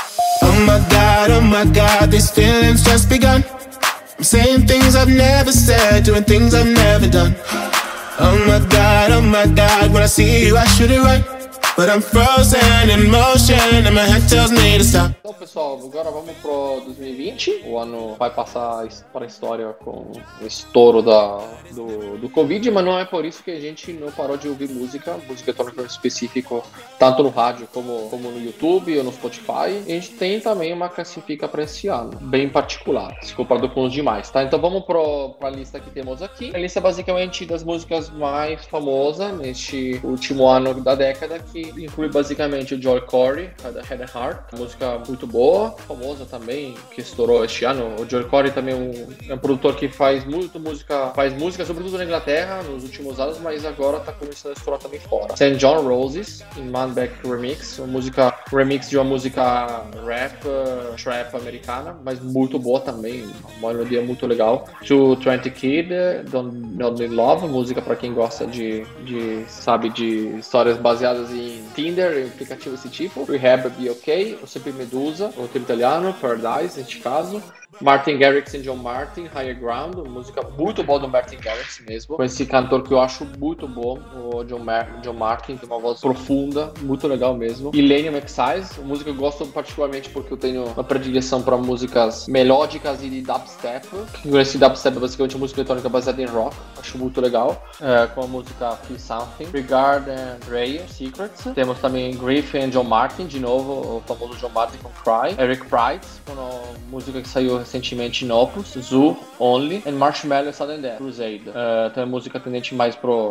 Oh my God, these feelings just begun. I'm saying things I've never said, doing things I've never done. Oh my God, when I see you I shoot it right. But I'm frozen in motion and my head tells me to stop. Então, pessoal, agora vamos pro 2020. O ano vai passar para a história com o estouro do Covid, mas não é por isso que a gente não parou de ouvir música eletrônica específica, tanto no rádio como no YouTube ou no Spotify. E a gente tem também uma classifica para esse ano, bem particular, se comparado com os demais, tá? Então vamos para a lista que temos aqui. A lista basicamente das músicas mais famosas neste último ano da década, que que inclui basicamente o Joel Corey, da Head and Heart, música muito boa, famosa também, que estourou este ano. O Joel Corey também é um produtor que faz música sobretudo na Inglaterra nos últimos anos, mas agora tá começando a estourar também fora. St. John Roses, em Man Back Remix, remix de uma música rap, trap americana, mas muito boa também, uma melodia muito legal. 220 Kid, Don't Need Love, música pra quem gosta de histórias baseadas em Tinder, em aplicativos desse tipo. Rehab, Be OK, o Sempre Medusa, o time italiano, Paradise, neste caso. Martin Garrix e John Martin, Higher Ground, música muito boa do Martin Garrix mesmo, com esse cantor que eu acho muito bom, o John Martin, tem uma voz profunda, muito legal mesmo. Millennium Excise, música que eu gosto particularmente porque eu tenho uma predileção para músicas melódicas e de dubstep. Esse dubstep é basicamente música eletrônica baseada em rock, acho muito legal, com a música Feel Something. Regard and Ray, Secrets. Temos também Griffin e John Martin, de novo, o famoso John Martin com Cry. Eric Prydz, com a música que saiu recentemente em Opus, Zoo, Only, e Marshmallow Sudden Death, Crusade. Então é música tendente mais pro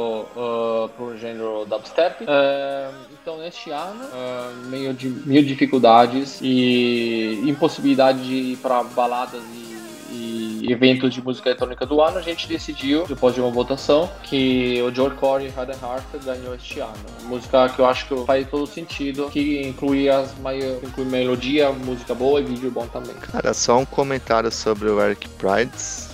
gênero dubstep. Então neste ano, meio de mil dificuldades e impossibilidade de ir para baladas e eventos de música eletrônica do ano, a gente decidiu, depois de uma votação, que o Joel Corey Head and Heart ganhou este ano. Música que eu acho que faz todo sentido, que inclui melodia, música boa e vídeo bom também. Cara, só um comentário sobre o Eric Prydz.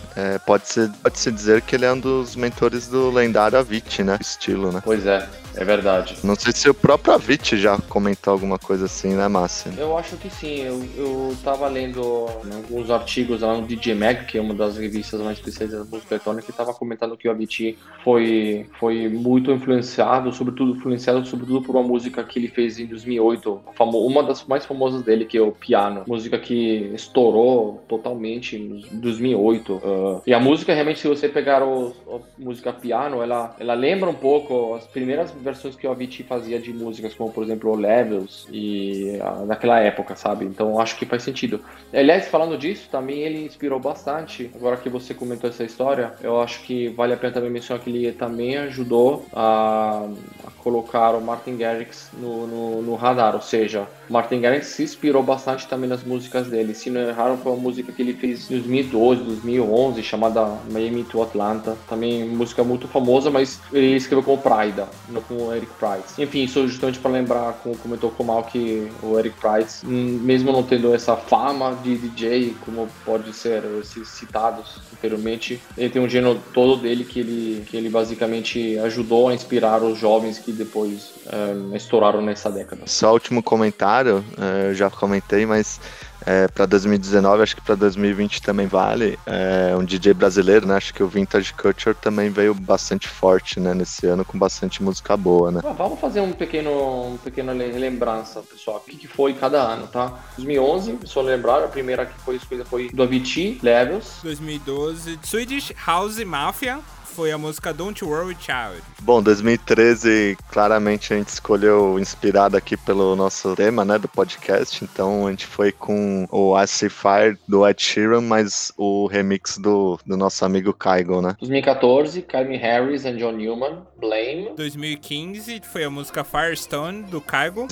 Pode-se dizer que ele é um dos mentores do lendário Avicii, né? Estilo, né? Pois é verdade. Não sei se o próprio Avicii já comentou alguma coisa assim, né, Márcio? Eu acho que sim. Eu tava lendo alguns artigos lá no DJ Mag, que é uma das revistas mais especializadas da música eletrônica, que tava comentando que o Avicii foi muito influenciado, sobretudo por uma música que ele fez em 2008, uma das mais famosas dele, que é o Piano. Música que estourou totalmente em 2008. E a música, realmente, se você pegar a música Piano, ela lembra um pouco as primeiras versões que o Avicii fazia de músicas, como por exemplo o Levels e naquela época, sabe? Então acho que faz sentido. Aliás, falando disso, também ele inspirou bastante. Agora que você comentou essa história, eu acho que vale a pena também mencionar que ele também ajudou a colocar o Martin Garrix no radar, ou seja, o Martin Garrix se inspirou bastante também nas músicas dele. Se não erraram, foi uma música que ele fez em 2012, 2011, chamada Miami to Atlanta, também música muito famosa, mas ele escreveu com o Prydz, não com o Eric Prydz. Enfim, isso justamente para lembrar, como comentou o Komal, que o Eric Prydz, mesmo não tendo essa fama de DJ, como pode ser esses citados anteriormente, ele tem um gênero todo dele que ele basicamente ajudou a inspirar os jovens que depois estouraram nessa década. Só último comentário, eu já comentei, mas para 2019, acho que para 2020 também vale, um DJ brasileiro, né? Acho que o Vintage Culture também veio bastante forte, né, nesse ano, com bastante música boa, né? Vamos fazer uma pequena lembrança, pessoal, o que foi cada ano, tá? 2011, só lembrar, a primeira que foi escolhida foi do Avicii, Levels. 2012, Swedish House Mafia. Foi a música Don't Worry Child. Bom, 2013, claramente a gente escolheu inspirado aqui pelo nosso tema, né, do podcast. Então a gente foi com o Icy Fire do Ed Sheeran, mas o remix do nosso amigo Kygo, né? 2014, Calvin Harris and John Newman, Blame. 2015 foi a música Firestone do Kygo.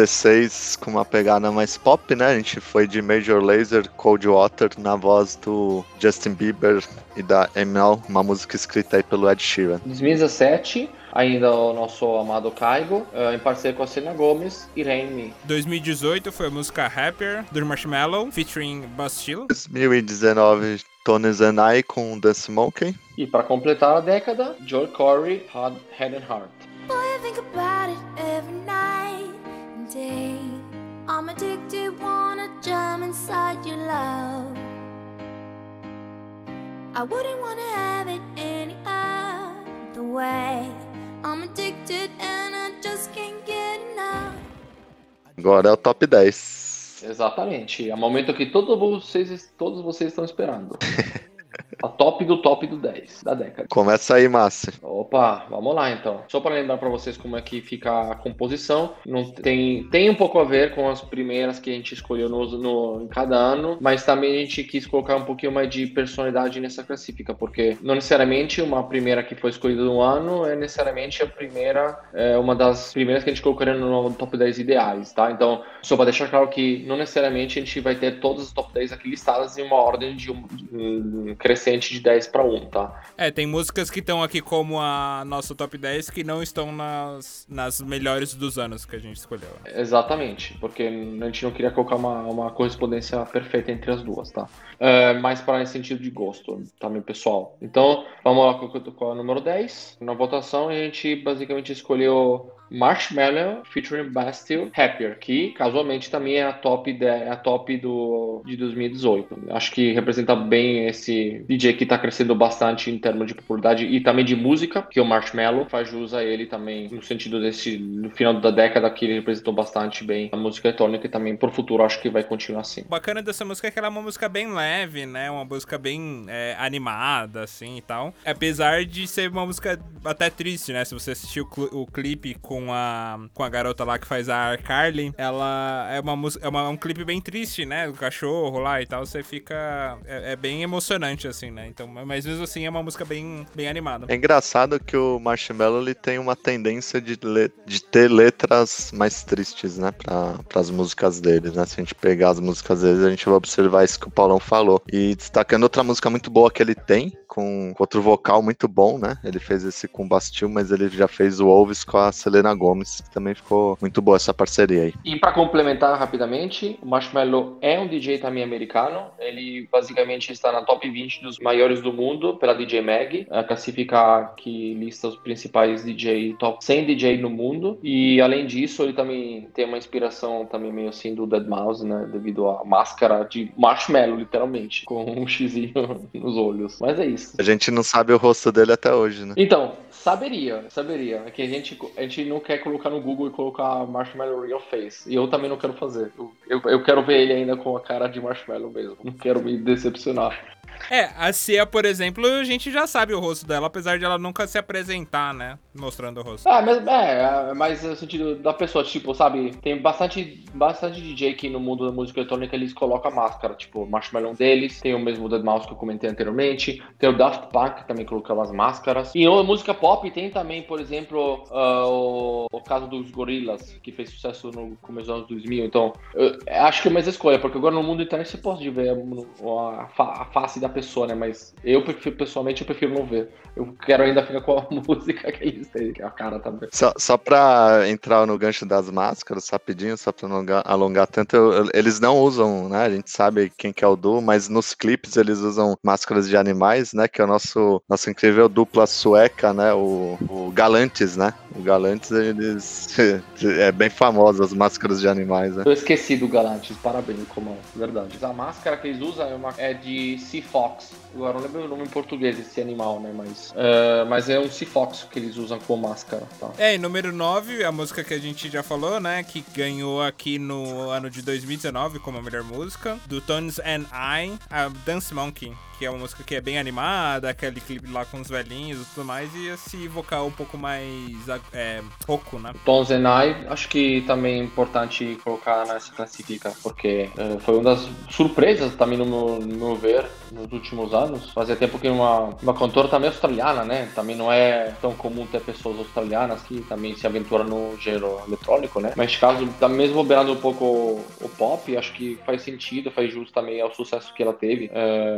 2016, com uma pegada mais pop, né? A gente foi de Major Lazer, Cold Water, na voz do Justin Bieber e da ML, uma música escrita aí pelo Ed Sheeran. 2017, ainda o nosso amado Kygo, em parceria com a Selena Gomez e Rain Me. 2018 foi a música Happier, do Marshmello, featuring Bastille. 2019, Tones and I com Dance Monkey. E para completar a década, Joel Corey, Head and Heart. Boy, I think about it every night and day. I'm addicted, wanna jump inside your love. I wouldn't wanna have it any other way. I'm addicted and I just can't get enough. Agora é o top 10. Exatamente, é o momento que todos vocês estão esperando. A top do 10 da década. Começa aí, Márcio. Opa, vamos lá então. Só para lembrar para vocês como é que fica a composição. Não tem um pouco a ver com as primeiras que a gente escolheu em cada ano, mas também a gente quis colocar um pouquinho mais de personalidade nessa classifica, porque não necessariamente uma primeira que foi escolhida no ano é necessariamente a primeira, uma das primeiras que a gente colocaria no top 10 ideais, tá? Então, só para deixar claro que não necessariamente a gente vai ter todas as top 10 aqui listadas em uma ordem de um crescente de 10 para 1, tá? Tem músicas que estão aqui como a nossa top 10 que não estão nas melhores dos anos que a gente escolheu. Exatamente, porque a gente não queria colocar uma correspondência perfeita entre as duas, tá? Mas para esse sentido de gosto também, pessoal. Então, vamos lá com a número 10. Na votação, a gente basicamente escolheu Marshmello featuring Bastille, Happier, que casualmente também é a top de 2018. Acho que representa bem esse DJ que tá crescendo bastante em termos de popularidade e também de música, que o Marshmello faz jus a ele também, no sentido no final da década que ele representou bastante bem a música eletrônica e também pro futuro acho que vai continuar assim. O bacana dessa música é que ela é uma música bem leve, né? Uma música bem animada, assim, e tal. Apesar de ser uma música até triste, né? Se você assistir o clipe com a garota lá que faz a Carly, ela é um clipe bem triste, né? O cachorro lá e tal, você fica... É bem emocionante, assim, né? Então, mas mesmo assim é uma música bem animada. É engraçado que o Marshmello ele tem uma tendência de ter letras mais tristes, né? Para as músicas dele, né? Se a gente pegar as músicas dele, a gente vai observar isso que o Paulão falou. E destacando outra música muito boa que ele tem, com outro vocal muito bom, né? Ele fez esse com Bastille, mas ele já fez o Wolves com a Selena Gomez, que também ficou muito boa essa parceria aí. E para complementar rapidamente, o Marshmello é um DJ também americano. Ele basicamente está na top 20 dos maiores do mundo pela DJ Mag, a classificar que lista os principais top 100 DJ no mundo. E além disso, ele também tem uma inspiração também meio assim do Deadmau5, né? Devido à máscara de Marshmello, literalmente, com um xizinho nos olhos. Mas é isso. A gente não sabe o rosto dele até hoje, né? Então, saberia. É que a gente não quer colocar no Google e colocar Marshmello Real Face. E eu também não quero fazer. Eu quero ver ele ainda com a cara de Marshmello mesmo. Não quero me decepcionar. A Cia, por exemplo, a gente já sabe o rosto dela, apesar de ela nunca se apresentar, né? Mostrando o rosto. Mas no sentido da pessoa, tipo, sabe? Tem bastante DJ que no mundo da música eletrônica eles colocam máscara. Tipo, o Marshmello deles, tem o mesmo Deadmau5 que eu comentei anteriormente. Tem o Daft Punk que também colocava as máscaras. E a música pop tem também, por exemplo, o caso dos Gorillaz, que fez sucesso no começo dos anos 2000. Então, acho que é mais escolha, porque agora no mundo internet você pode ver a face da pessoa, né? Mas pessoalmente, eu prefiro não ver. Eu quero ainda ficar com a música que eles têm, que é a cara também. Só pra entrar no gancho das máscaras, rapidinho, só pra não alongar tanto, eles não usam, né? A gente sabe quem que é o Du, mas nos clipes eles usam máscaras de animais, né? Que é o nossa incrível dupla sueca, né? O Galantis, né? O Galantis, eles... é bem famoso as máscaras de animais, né? Eu esqueci do Galantis, parabéns, como verdade. A máscara que eles usam é de Sea Fox. Agora não lembro o nome em português desse animal, né? Mas é um Sea Fox que eles usam como máscara, tá? E número 9, a música que a gente já falou, né? Que ganhou aqui no ano de 2019 como a melhor música. Do Tones and I, a Dance Monkey. Que é uma música que é bem animada, aquele clipe lá com os velhinhos e tudo mais, e esse vocal um pouco mais rouco, né? Tones and I, acho que também é importante colocar nessa classifica, porque foi uma das surpresas também no meu ver nos últimos anos. Fazia tempo que uma cantora também australiana, né? Também não é tão comum ter pessoas australianas que também se aventuram no gênero eletrônico, né? Mas nesse caso, tá mesmo beirando um pouco o pop, acho que faz sentido, faz justo também ao sucesso que ela teve.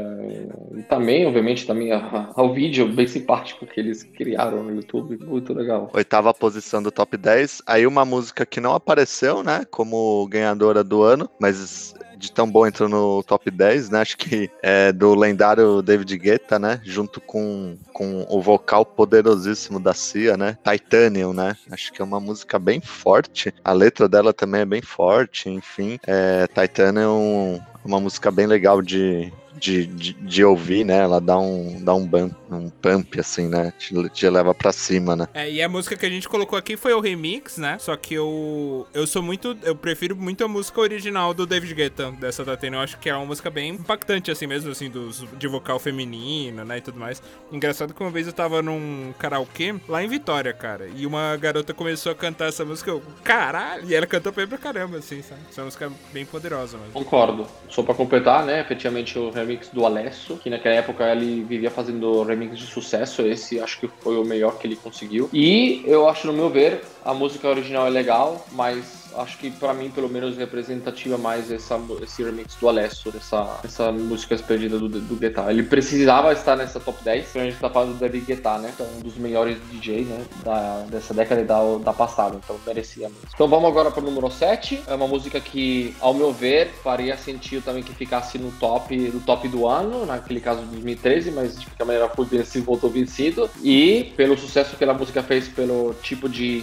E também, obviamente, também ao vídeo bem simpático que eles criaram no YouTube, muito legal. 8ª posição do top 10, aí uma música que não apareceu, né, como ganhadora do ano, mas de tão bom entrou no top 10, né, acho que é do lendário David Guetta, né, junto com o vocal poderosíssimo da Cia, né, Titanium, né, acho que é uma música bem forte, a letra dela também é bem forte, enfim, Titanium é uma música bem legal de de ouvir, né? Ela dá um pump, assim, né? Te leva pra cima, né? E a música que a gente colocou aqui foi o remix, né? Só que eu prefiro muito a música original do David Guetta, dessa Tatena. Eu acho que é uma música bem impactante, assim mesmo, assim, de vocal feminino, né? E tudo mais. Engraçado que uma vez eu tava num karaokê lá em Vitória, cara. E uma garota começou a cantar essa música, caralho! E ela cantou bem pra caramba, assim, sabe? Essa música é bem poderosa mesmo. Concordo. Só pra completar, né? Efetivamente o remix do Alesso, que naquela época ele vivia fazendo remix de sucesso. Esse acho que foi o melhor que ele conseguiu. E eu acho, no meu ver, a música original é legal, mas acho que pra mim, pelo menos, representativa mais esse remix do Alesso, essa música perdida do Guetta. Ele precisava estar nessa top 10, porque a gente tá falando do David Guetta, né? Então, um dos melhores DJs, né? Dessa década e da passada, então merecia mesmo. Então vamos agora pro número 7. É uma música que, ao meu ver, faria sentido também que ficasse no top do ano, naquele caso de 2013, mas de qualquer maneira foi vencido, voltou vencido. E pelo sucesso que aquela música fez, pelo tipo de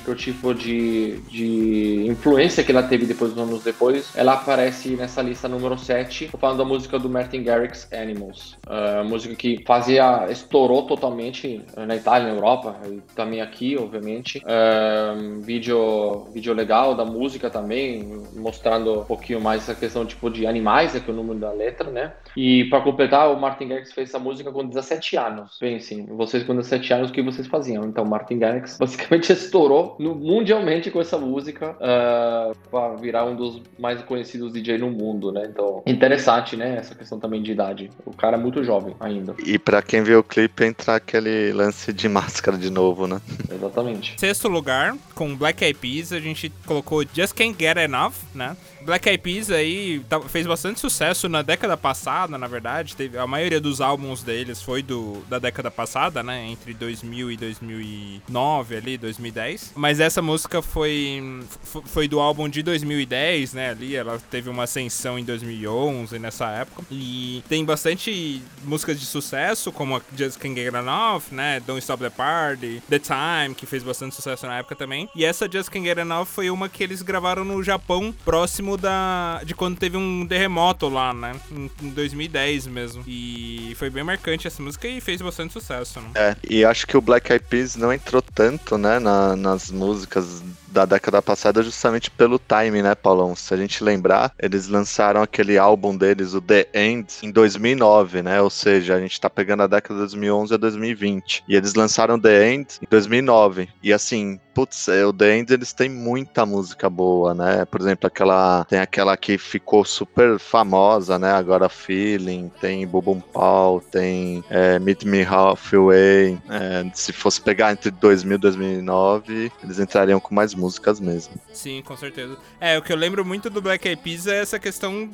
influência que ela teve depois, anos depois, ela aparece nessa lista número 7. Tô falando da música do Martin Garrix, Animals. Música que estourou totalmente na Itália, na Europa, e também aqui, obviamente. Vídeo legal da música também, mostrando um pouquinho mais essa questão tipo de animais, que é o número da letra, né? E para completar, o Martin Garrix fez essa música com 17 anos. Pensem, vocês com 17 anos, o que vocês faziam? Então, Martin Garrix basicamente estourou mundialmente com essa música, para virar um dos mais conhecidos DJ no mundo, né? Então, interessante, né? Essa questão também de idade. O cara é muito jovem ainda. E pra quem vê o clipe, entra aquele lance de máscara de novo, né? Exatamente. 6º lugar, com Black Eyed Peas, a gente colocou Just Can't Get Enough, né? Black Eyed Peas aí fez bastante sucesso na década passada, na verdade. A maioria dos álbuns deles foi da década passada, né? Entre 2000 e 2009, ali, 2010. Mas essa música foi do álbum de 2010, né? Ali, ela teve uma ascensão em 2011, nessa época. E tem bastante músicas de sucesso, como a Just Can't Get Enough, né? Don't Stop the Party, The Time, que fez bastante sucesso na época também. E essa Just Can't Get Enough foi uma que eles gravaram no Japão, próximo de quando teve um terremoto lá, né? Em 2010 mesmo. E foi bem marcante essa música e fez bastante sucesso, né? E acho que o Black Eyed Peas não entrou tanto, né, nas músicas da década passada justamente pelo time, né, Paulão? Se a gente lembrar, eles lançaram aquele álbum deles, o The End, em 2009, né? Ou seja, a gente tá pegando a década de 2011 a 2020. E eles lançaram The End em 2009. E assim, putz, o The End, eles têm muita música boa, né? Por exemplo, tem aquela que ficou super famosa, né? Agora Feeling, tem Bubum Paul, tem Meet Me Halfway. Se fosse pegar entre 2000 e 2009, eles entrariam com mais músicas mesmo. Sim, com certeza. O que eu lembro muito do Black Eyed Peas é essa questão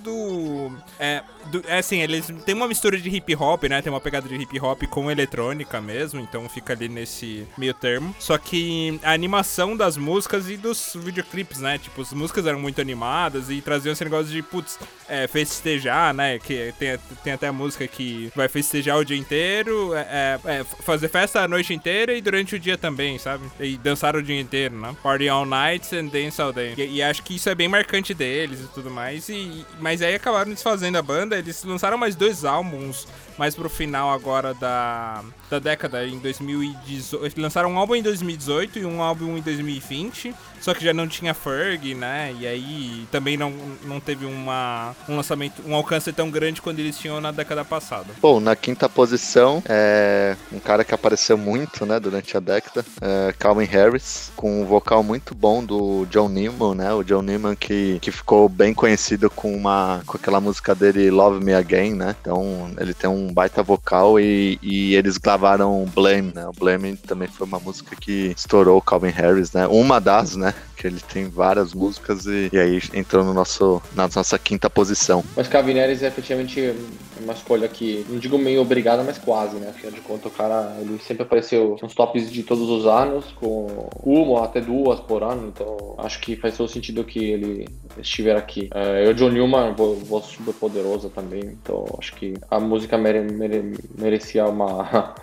assim, eles têm uma mistura de hip hop, né? Tem uma pegada de hip hop com eletrônica mesmo, então fica ali nesse meio termo. Só que a animação das músicas e dos videoclipes, né? Tipo, as músicas eram muito animadas e traziam esse negócio de, festejar, né? Que tem até a música que vai festejar o dia inteiro, fazer festa a noite inteira e durante o dia também, sabe? E dançar o dia inteiro, né? Party all night and dance all day. E acho que isso é bem marcante deles e tudo mais. Mas aí acabaram desfazendo a banda. Eles lançaram mais 2 álbuns mais pro final agora da década, em 2018. Lançaram um álbum em 2018 e um álbum em 2020. Só que já não tinha Ferg, né? E aí também não teve um lançamento, um alcance tão grande quando eles tinham na década passada. Bom, na 5ª posição, um cara que apareceu muito, né, durante a década, Calvin Harris, com um vocal muito bom do John Newman, né? O John Newman que ficou bem conhecido com aquela música dele, Love Me Again, né? Então, ele tem um baita vocal e eles gravaram Blame, né? O Blame também foi uma música que estourou o Calvin Harris, né? Uma das, né? Que ele tem várias músicas e aí entrou na nossa 5ª posição. Mas Calvin Harris é efetivamente uma escolha que, não digo meio obrigada, mas quase, né? Afinal de contas, o cara, ele sempre apareceu nos tops de todos os anos, com uma até 2 por ano, então acho que faz todo sentido que ele estiver aqui. Eu, John Newman, voz super poderosa também, então acho que a música merecia uma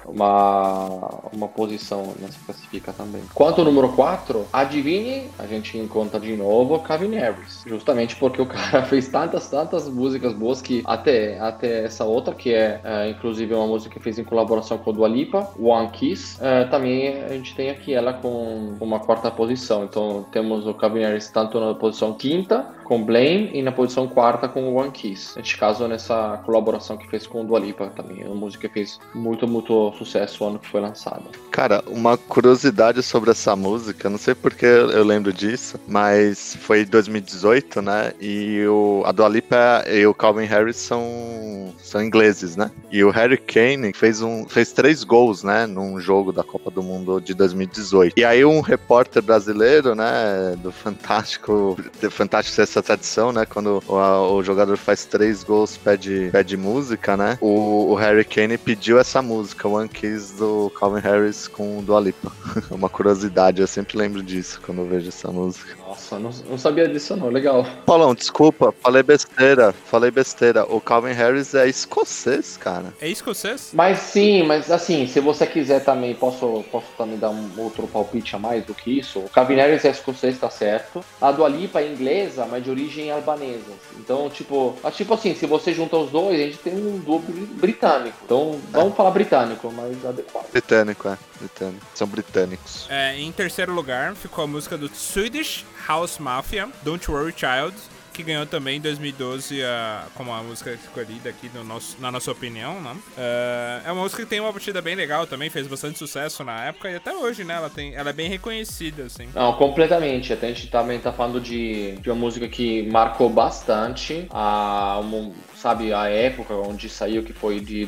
posição nessa classificação também. Quanto ao número 4, adivinhe, a gente encontra de novo Calvin Harris, justamente porque o cara fez tantas músicas boas que até essa outra, que é inclusive uma música que fez em colaboração com o Dua Lipa, One Kiss, também a gente tem aqui ela com uma quarta posição. Então temos o Calvin Harris tanto na posição quinta com Blame e na posição quarta com o One Kiss. Neste caso, nessa colaboração que fez com o Dua Lipa também. É uma música que fez muito sucesso no ano que foi lançada. Cara, uma curiosidade sobre essa música, não sei porque eu lembro disso, mas foi 2018, né? E a Dua Lipa e o Calvin Harris são ingleses, né? E o Harry Kane fez 3 gols, né? Num jogo da Copa do Mundo de 2018. E aí um repórter brasileiro, né? Do Fantástico essa tradição, né? Quando o jogador faz 3 gols, pede música, né? O Harry Kane pediu essa música, One Kiss do Calvin Harris com o Dua Lipa. Uma curiosidade, eu sempre lembro disso quando eu vejo essa música. Nossa, não sabia disso não, legal. Paulão, desculpa, falei besteira. O Calvin Harris é escocês, cara. É escocês? Mas assim, se você quiser também, posso também dar um outro palpite a mais do que isso. O Calvin Harris é escocês, tá certo. A Dua Lipa é inglesa, mas de origem albanesa. Então, tipo assim, se você junta os dois, a gente tem um duo britânico. Então, vamos falar britânico, mais adequado. Britânico. São britânicos. Em terceiro lugar, ficou a música do Swedish House Mafia, Don't Worry Child, que ganhou também em 2012 como a música escolhida aqui na nossa opinião, né? É uma música que tem uma batida bem legal também, fez bastante sucesso na época e até hoje, né? Ela é bem reconhecida, assim. Não, completamente. Até a gente também tá falando de uma música que marcou bastante a época onde saiu, que foi de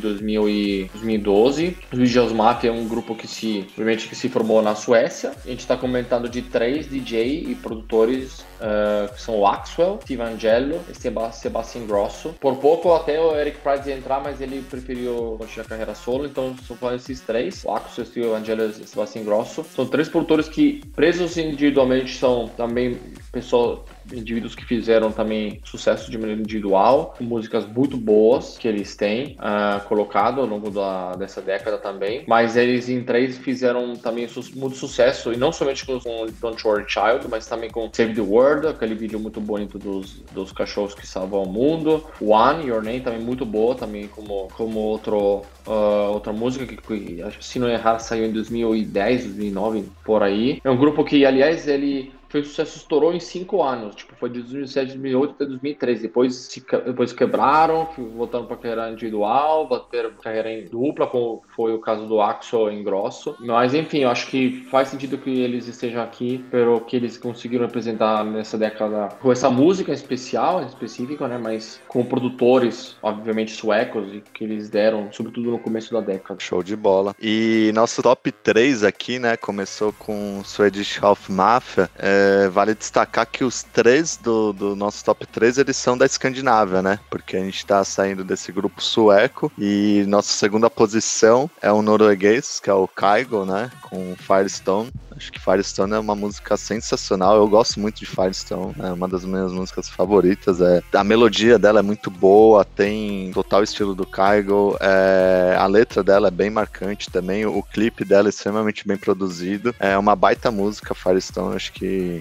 2012. O Swedish House Mafia é um grupo que se formou na Suécia. A gente tá comentando de 3 DJ e produtores que são o Axwell, Steve Angello e Sebastian Grosso. Por pouco até o Eric Prydz ia entrar, mas ele preferiu continuar a carreira solo, então são esses 3, o Axwell, Steve Angello e Sebastian Grosso. São 3 produtores que, presos individualmente, são também indivíduos que fizeram também sucesso de maneira individual, com músicas muito boas que eles têm colocado ao longo dessa década também, mas eles em 3 fizeram também muito sucesso, e não somente com Don't Worry Child, mas também com Save the World, aquele vídeo muito bonito dos cachorros que salvam o mundo. One, Your Name, também muito boa, também como outra música que, se não errar, saiu em 2010, 2009, por aí. É um grupo que, aliás, ele fez sucesso, estourou em 5 anos, foi de 2007, 2008 até 2013, depois quebraram, voltaram para carreira individual, bateram carreira em dupla, como foi o caso do Axwell em Grosso, mas enfim, eu acho que faz sentido que eles estejam aqui, pelo que eles conseguiram representar nessa década, com essa música especial, em específico, né, mas com produtores, obviamente, suecos, e que eles deram, sobretudo no começo da década. Show de bola. E nosso top 3 aqui, né, começou com Swedish House Mafia. Vale destacar que os 3 do nosso top 3, eles são da Escandinávia, né? Porque a gente tá saindo desse grupo sueco e nossa segunda posição é um norueguês, que é o Kygo, né? Com Firestone. Acho que Firestone é uma música sensacional. Eu gosto muito de Firestone, é uma das minhas músicas favoritas. A melodia dela é muito boa, tem total estilo do Kygo. A letra dela é bem marcante também. O clipe dela é extremamente bem produzido. É uma baita música, Firestone. Acho que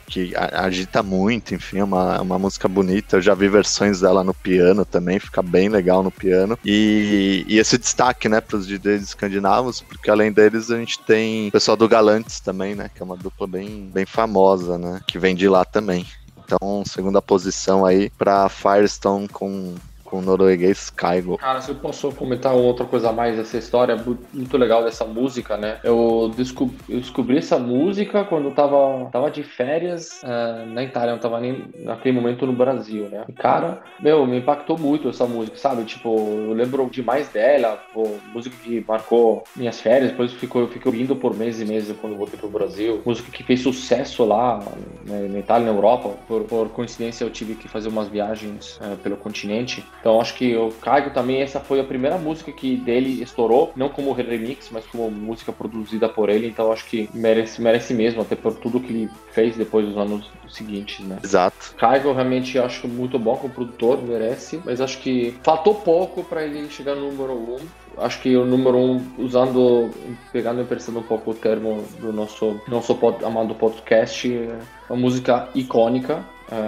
agita muito, enfim, é uma música bonita. Eu já vi versões dela no piano também, fica bem legal no piano. E esse destaque, né, para os DJs escandinavos, porque além deles a gente tem o pessoal do Galantis também, né, que é uma dupla bem famosa, né, que vem de lá também. Então, segunda posição aí para Firestone com o norueguês Kygo. Cara, se eu posso comentar outra coisa a mais dessa história muito legal dessa música, né? Eu descobri essa música quando eu tava de férias na Itália, eu não tava nem naquele momento no Brasil, né? E, cara, me impactou muito essa música, sabe? Eu lembro demais dela, música que marcou minhas férias, depois eu fiquei ouvindo por meses e meses quando eu voltei pro Brasil. Música que fez sucesso lá, né, na Itália, na Europa. Por coincidência, eu tive que fazer umas viagens pelo continente. Então acho que o Kygo também, essa foi a primeira música que dele estourou, não como remix, mas como música produzida por ele, então acho que merece mesmo, até por tudo que ele fez depois dos anos seguintes, né? Exato. Kygo realmente acho muito bom como produtor, merece, mas acho que faltou pouco para ele chegar no número 1. Acho que o número 1, pegando e emprestando um pouco o termo do nosso amado podcast, é uma música icônica,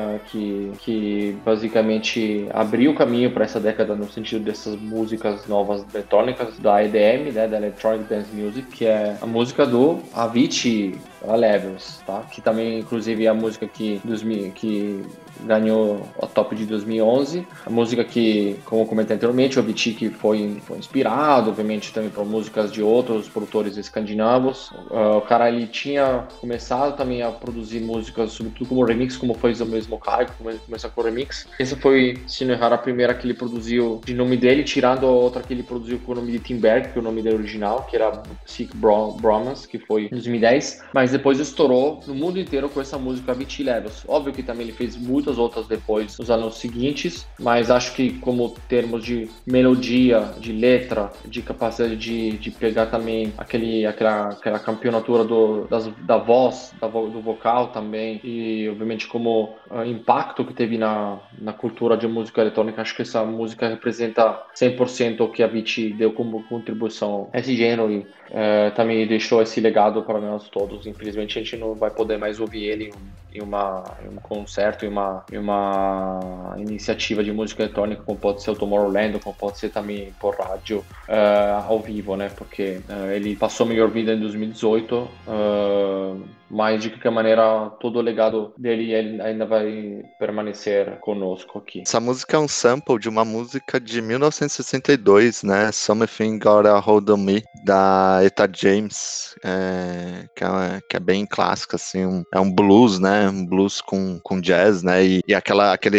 que basicamente abriu o caminho para essa década no sentido dessas músicas novas eletrônicas da EDM, né, da Electronic Dance Music, que é a música do Avicii, a Levels, tá? Que também, inclusive, é a música que ganhou o top de 2011. A música que, como eu comentei anteriormente, o Avicii que foi inspirado, obviamente, também por músicas de outros produtores escandinavos. O cara, ele tinha começado também a produzir músicas, sobretudo como remix, como foi o mesmo Kygo, começou com remix. Essa foi, se não errar, a primeira que ele produziu de nome dele, tirando a outra que ele produziu com o nome de Tim Berg, que é o nome dele original, que era Sick Bromance, que foi em 2010. Mas depois estourou no mundo inteiro com essa música Avicii Levels. Óbvio que também ele fez muitas outras depois nos anos seguintes, mas acho que como termos de melodia, de letra, de capacidade de pegar também aquela campeonatura da voz, do vocal também, e obviamente como impacto que teve na cultura de música eletrônica, acho que essa música representa 100% o que a Avicii deu como contribuição a esse gênero e também deixou esse legado para nós todos. Infelizmente a gente não vai poder mais ouvir ele em um concerto, em uma iniciativa de música eletrônica, como pode ser o Tomorrowland, como pode ser também por rádio ao vivo, né? Porque ele passou a melhor vida em 2018, mas de qualquer maneira todo o legado dele ainda vai permanecer conosco aqui. Essa música é um sample de uma música de 1962, né? Something Got a Hold on Me, da Etta James, que é bem clássica, assim, é um blues, né? Um blues com jazz, né? E aquele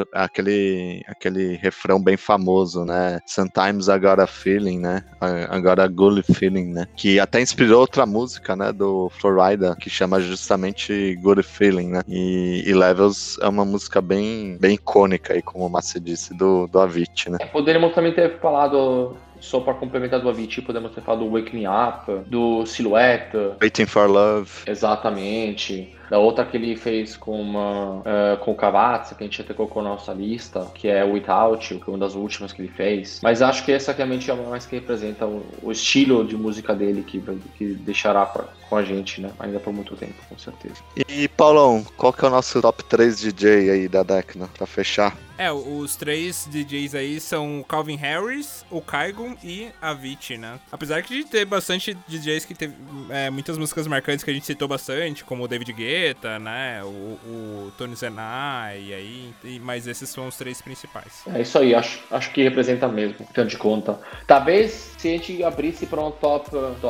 refrão bem famoso, né? Sometimes I Got a Feeling, né? I Got a Good Feeling, né? Que até inspirou outra música, né? Do Florida, que chama justamente Good Feeling, né? E Levels é uma música bem icônica, aí, como o Márcio disse, do Avicii, né? Poderíamos também ter falado, só para complementar do Avicii, podemos ter falado do Wake Me Up, do Silhouette. Waiting for Love. Exatamente. Da outra que ele fez com o Cavazza, que a gente até colocou na nossa lista, que é Without You, que é uma das últimas que ele fez. Mas acho que essa realmente é a mais que representa o estilo de música dele, que deixará com a gente, né? Ainda por muito tempo, com certeza. E, Paulão, qual que é o nosso top 3 DJ aí da década, pra fechar? Os 3 DJs aí são o Calvin Harris, o Kygo e a Avicii, né? Apesar de ter bastante DJs que teve muitas músicas marcantes que a gente citou bastante, como o David Guetta, né? O Tony Zenai, mas esses são os 3 principais. É isso aí, acho que representa mesmo, tanto de conta. Talvez se a gente abrisse para um top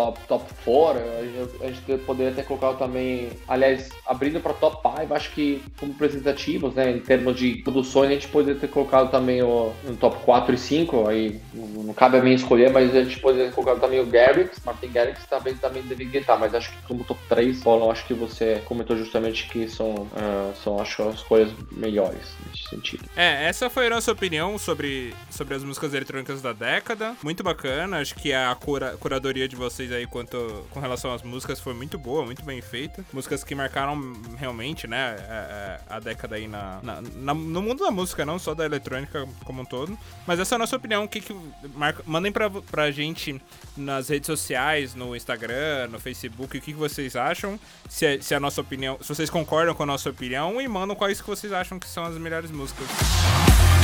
4, a gente poderia ter colocado também, aliás, abrindo para top 5, acho que como representativos, né? Em termos de produções, a gente poderia ter colocado também no top 4 e 5, aí não cabe a mim escolher, mas a gente poderia ter colocado também o Martin Garrix, também deveria estar, mas acho que como top 3, Paulo, acho que você comentou justamente que são acho, as escolhas melhores nesse sentido. Essa foi a nossa opinião sobre as músicas eletrônicas da década, muito bacana, acho que a curadoria de vocês aí com relação às músicas foi muito boa, muito bem feita, músicas que marcaram realmente, né, a década aí no mundo da música, não só da eletrônica como um todo. Mas essa é a nossa opinião. Mandem pra gente nas redes sociais, no Instagram, no Facebook, o que vocês acham, se a nossa opinião, se vocês concordam com a nossa opinião, e mandam quais que vocês acham que são as melhores músicas.